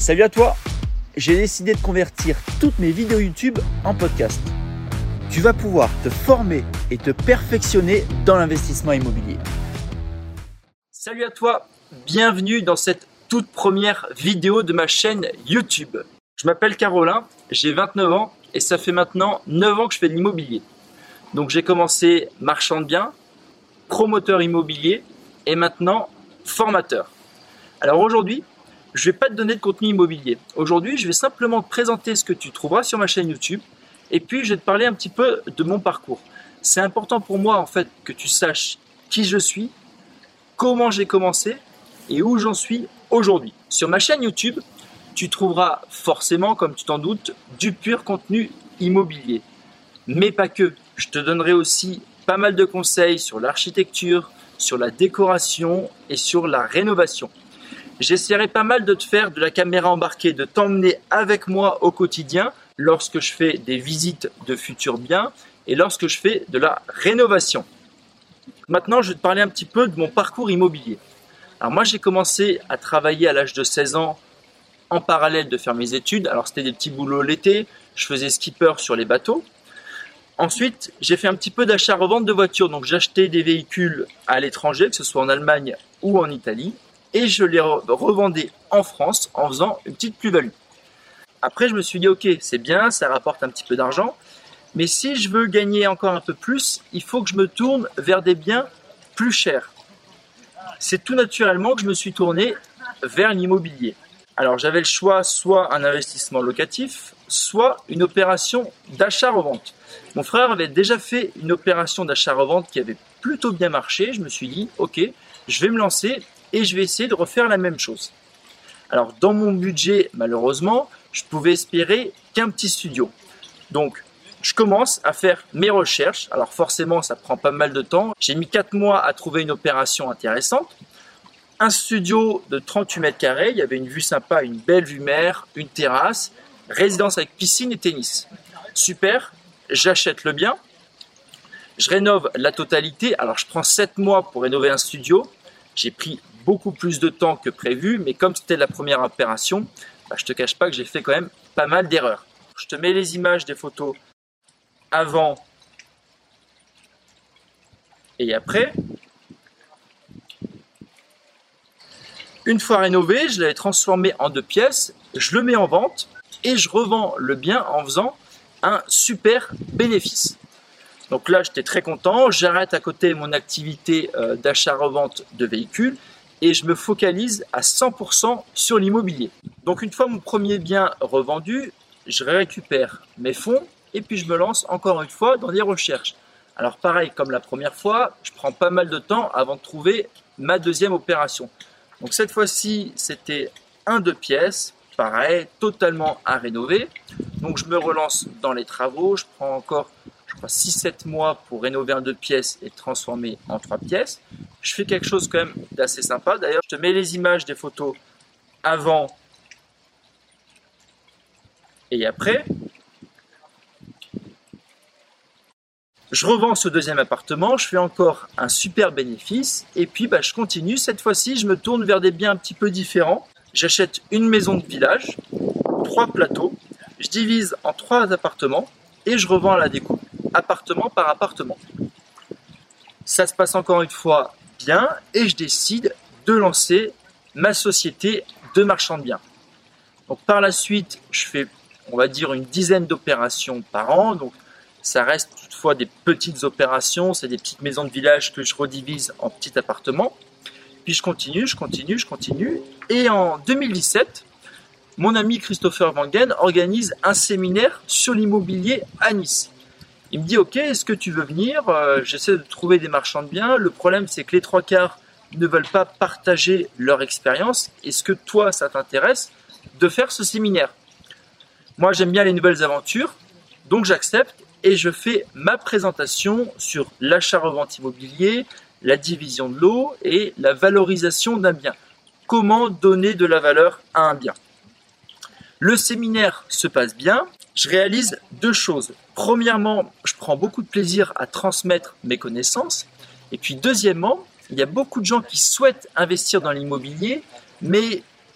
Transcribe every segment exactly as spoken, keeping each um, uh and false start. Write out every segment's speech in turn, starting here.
Salut à toi! J'ai décidé de convertir toutes mes vidéos YouTube en podcast. Tu vas pouvoir te former et te perfectionner dans l'investissement immobilier. Salut à toi! Bienvenue dans cette toute première vidéo de ma chaîne YouTube. Je m'appelle Caroline, j'ai vingt-neuf ans et ça fait maintenant neuf ans que je fais de l'immobilier. Donc j'ai commencé marchand de biens, promoteur immobilier et maintenant formateur. Alors aujourd'hui, je ne vais pas te donner de contenu immobilier. Aujourd'hui, je vais simplement te présenter ce que tu trouveras sur ma chaîne YouTube et puis je vais te parler un petit peu de mon parcours. C'est important pour moi en fait que tu saches qui je suis, comment j'ai commencé et où j'en suis aujourd'hui. Sur ma chaîne YouTube, tu trouveras forcément, comme tu t'en doutes, du pur contenu immobilier. Mais pas que. Je te donnerai aussi pas mal de conseils sur l'architecture, sur la décoration et sur la rénovation. J'essaierai pas mal de te faire de la caméra embarquée, de t'emmener avec moi au quotidien lorsque je fais des visites de futurs biens et lorsque je fais de la rénovation. Maintenant, je vais te parler un petit peu de mon parcours immobilier. Alors moi, j'ai commencé à travailler à l'âge de seize ans en parallèle de faire mes études. Alors c'était des petits boulots l'été, je faisais skipper sur les bateaux. Ensuite, j'ai fait un petit peu d'achat-revente de voitures. Donc j'achetais des véhicules à l'étranger, que ce soit en Allemagne ou en Italie. Et je les revendais en France en faisant une petite plus-value. Après, je me suis dit, ok, c'est bien, ça rapporte un petit peu d'argent. Mais si je veux gagner encore un peu plus, il faut que je me tourne vers des biens plus chers. C'est tout naturellement que je me suis tourné vers l'immobilier. Alors, j'avais le choix, soit un investissement locatif, soit une opération d'achat-revente. Mon frère avait déjà fait une opération d'achat-revente qui avait plutôt bien marché. Je me suis dit, ok, je vais me lancer et je vais essayer de refaire la même chose. Alors, dans mon budget, malheureusement, je pouvais espérer qu'un petit studio. Donc, je commence à faire mes recherches. Alors, forcément, ça prend pas mal de temps. J'ai mis quatre mois à trouver une opération intéressante. Un studio de trente-huit mètres carrés. Il y avait une vue sympa, une belle vue mer, une terrasse, résidence avec piscine et tennis. Super, j'achète le bien. Je rénove la totalité. Alors, je prends sept mois pour rénover un studio. J'ai pris beaucoup plus de temps que prévu, mais comme c'était la première opération, bah, je ne te cache pas que j'ai fait quand même pas mal d'erreurs. Je te mets les images des photos avant et après. Une fois rénové, je l'avais transformé en deux pièces, je le mets en vente et je revends le bien en faisant un super bénéfice. Donc là, j'étais très content, j'arrête à côté mon activité euh, d'achat-revente de véhicules et je me focalise à cent pour cent sur l'immobilier. Donc une fois mon premier bien revendu, je récupère mes fonds et puis je me lance encore une fois dans des recherches. Alors pareil, comme la première fois, je prends pas mal de temps avant de trouver ma deuxième opération. Donc cette fois-ci, c'était un deux pièces, pareil, totalement à rénover. Donc je me relance dans les travaux, je prends encore je crois six sept mois pour rénover un deux pièces et transformer en trois pièces. Je fais quelque chose quand même d'assez sympa. D'ailleurs, je te mets les images des photos avant et après. Je revends ce deuxième appartement, je fais encore un super bénéfice et puis bah, je continue. Cette fois-ci, je me tourne vers des biens un petit peu différents. J'achète une maison de village, trois plateaux, je divise en trois appartements et je revends à la découpe, appartement par appartement. Ça se passe encore une fois bien et je décide de lancer ma société de marchand de biens. Donc par la suite, je fais, on va dire, une dizaine d'opérations par an. Donc ça reste toutefois des petites opérations, c'est des petites maisons de village que je redivise en petits appartements. Puis je continue, je continue, je continue. Et en deux mille dix-sept, mon ami Christopher Wangen organise un séminaire sur l'immobilier à Nice. Il me dit, ok, est-ce que tu veux venir? euh, J'essaie de trouver des marchands de biens. Le problème, c'est que les trois quarts ne veulent pas partager leur expérience. Est-ce que toi, ça t'intéresse de faire ce séminaire? Moi, j'aime bien les nouvelles aventures, donc j'accepte et je fais ma présentation sur l'achat-revente immobilier, la division de l'eau et la valorisation d'un bien. Comment donner de la valeur à un bien? Le séminaire se passe bien. Je réalise deux choses. Premièrement, je prends beaucoup de plaisir à transmettre mes connaissances. Et puis deuxièmement, il y a beaucoup de gens qui souhaitent investir dans l'immobilier, mais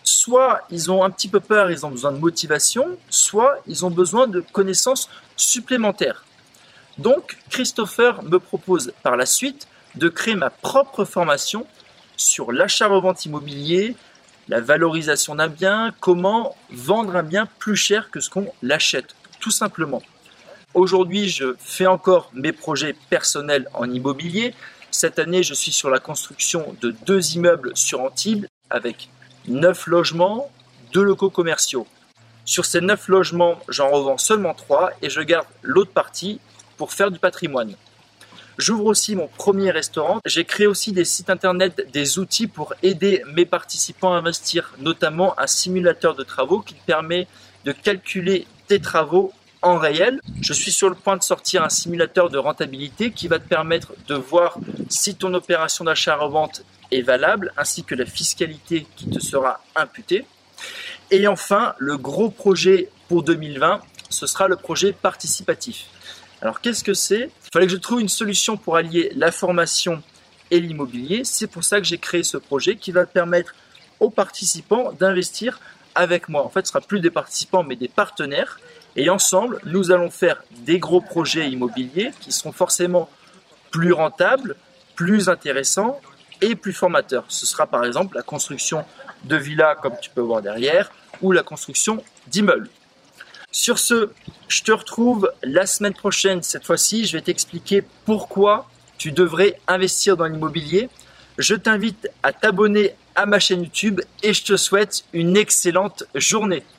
soit ils ont un petit peu peur, ils ont besoin de motivation, soit ils ont besoin de connaissances supplémentaires. Donc, Christopher me propose par la suite de créer ma propre formation sur l'achat-revente immobilier, la valorisation d'un bien, comment vendre un bien plus cher que ce qu'on l'achète, tout simplement. Aujourd'hui, je fais encore mes projets personnels en immobilier. Cette année, je suis sur la construction de deux immeubles sur Antibes avec neuf logements, deux locaux commerciaux. Sur ces neuf logements, j'en revends seulement trois et je garde l'autre partie pour faire du patrimoine. J'ouvre aussi mon premier restaurant. J'ai créé aussi des sites internet, des outils pour aider mes participants à investir, notamment un simulateur de travaux qui permet de calculer tes travaux en réel. Je suis sur le point de sortir un simulateur de rentabilité qui va te permettre de voir si ton opération d'achat-revente est valable, ainsi que la fiscalité qui te sera imputée. Et enfin, le gros projet pour deux mille vingt, ce sera le projet participatif. Alors qu'est-ce que c'est ? Il fallait que je trouve une solution pour allier la formation et l'immobilier. C'est pour ça que j'ai créé ce projet qui va permettre aux participants d'investir avec moi. En fait, ce ne sera plus des participants mais des partenaires. Et ensemble, nous allons faire des gros projets immobiliers qui seront forcément plus rentables, plus intéressants et plus formateurs. Ce sera par exemple la construction de villas comme tu peux voir derrière ou la construction d'immeubles. Sur ce, je te retrouve la semaine prochaine. Cette fois-ci, je vais t'expliquer pourquoi tu devrais investir dans l'immobilier. Je t'invite à t'abonner à ma chaîne YouTube et je te souhaite une excellente journée.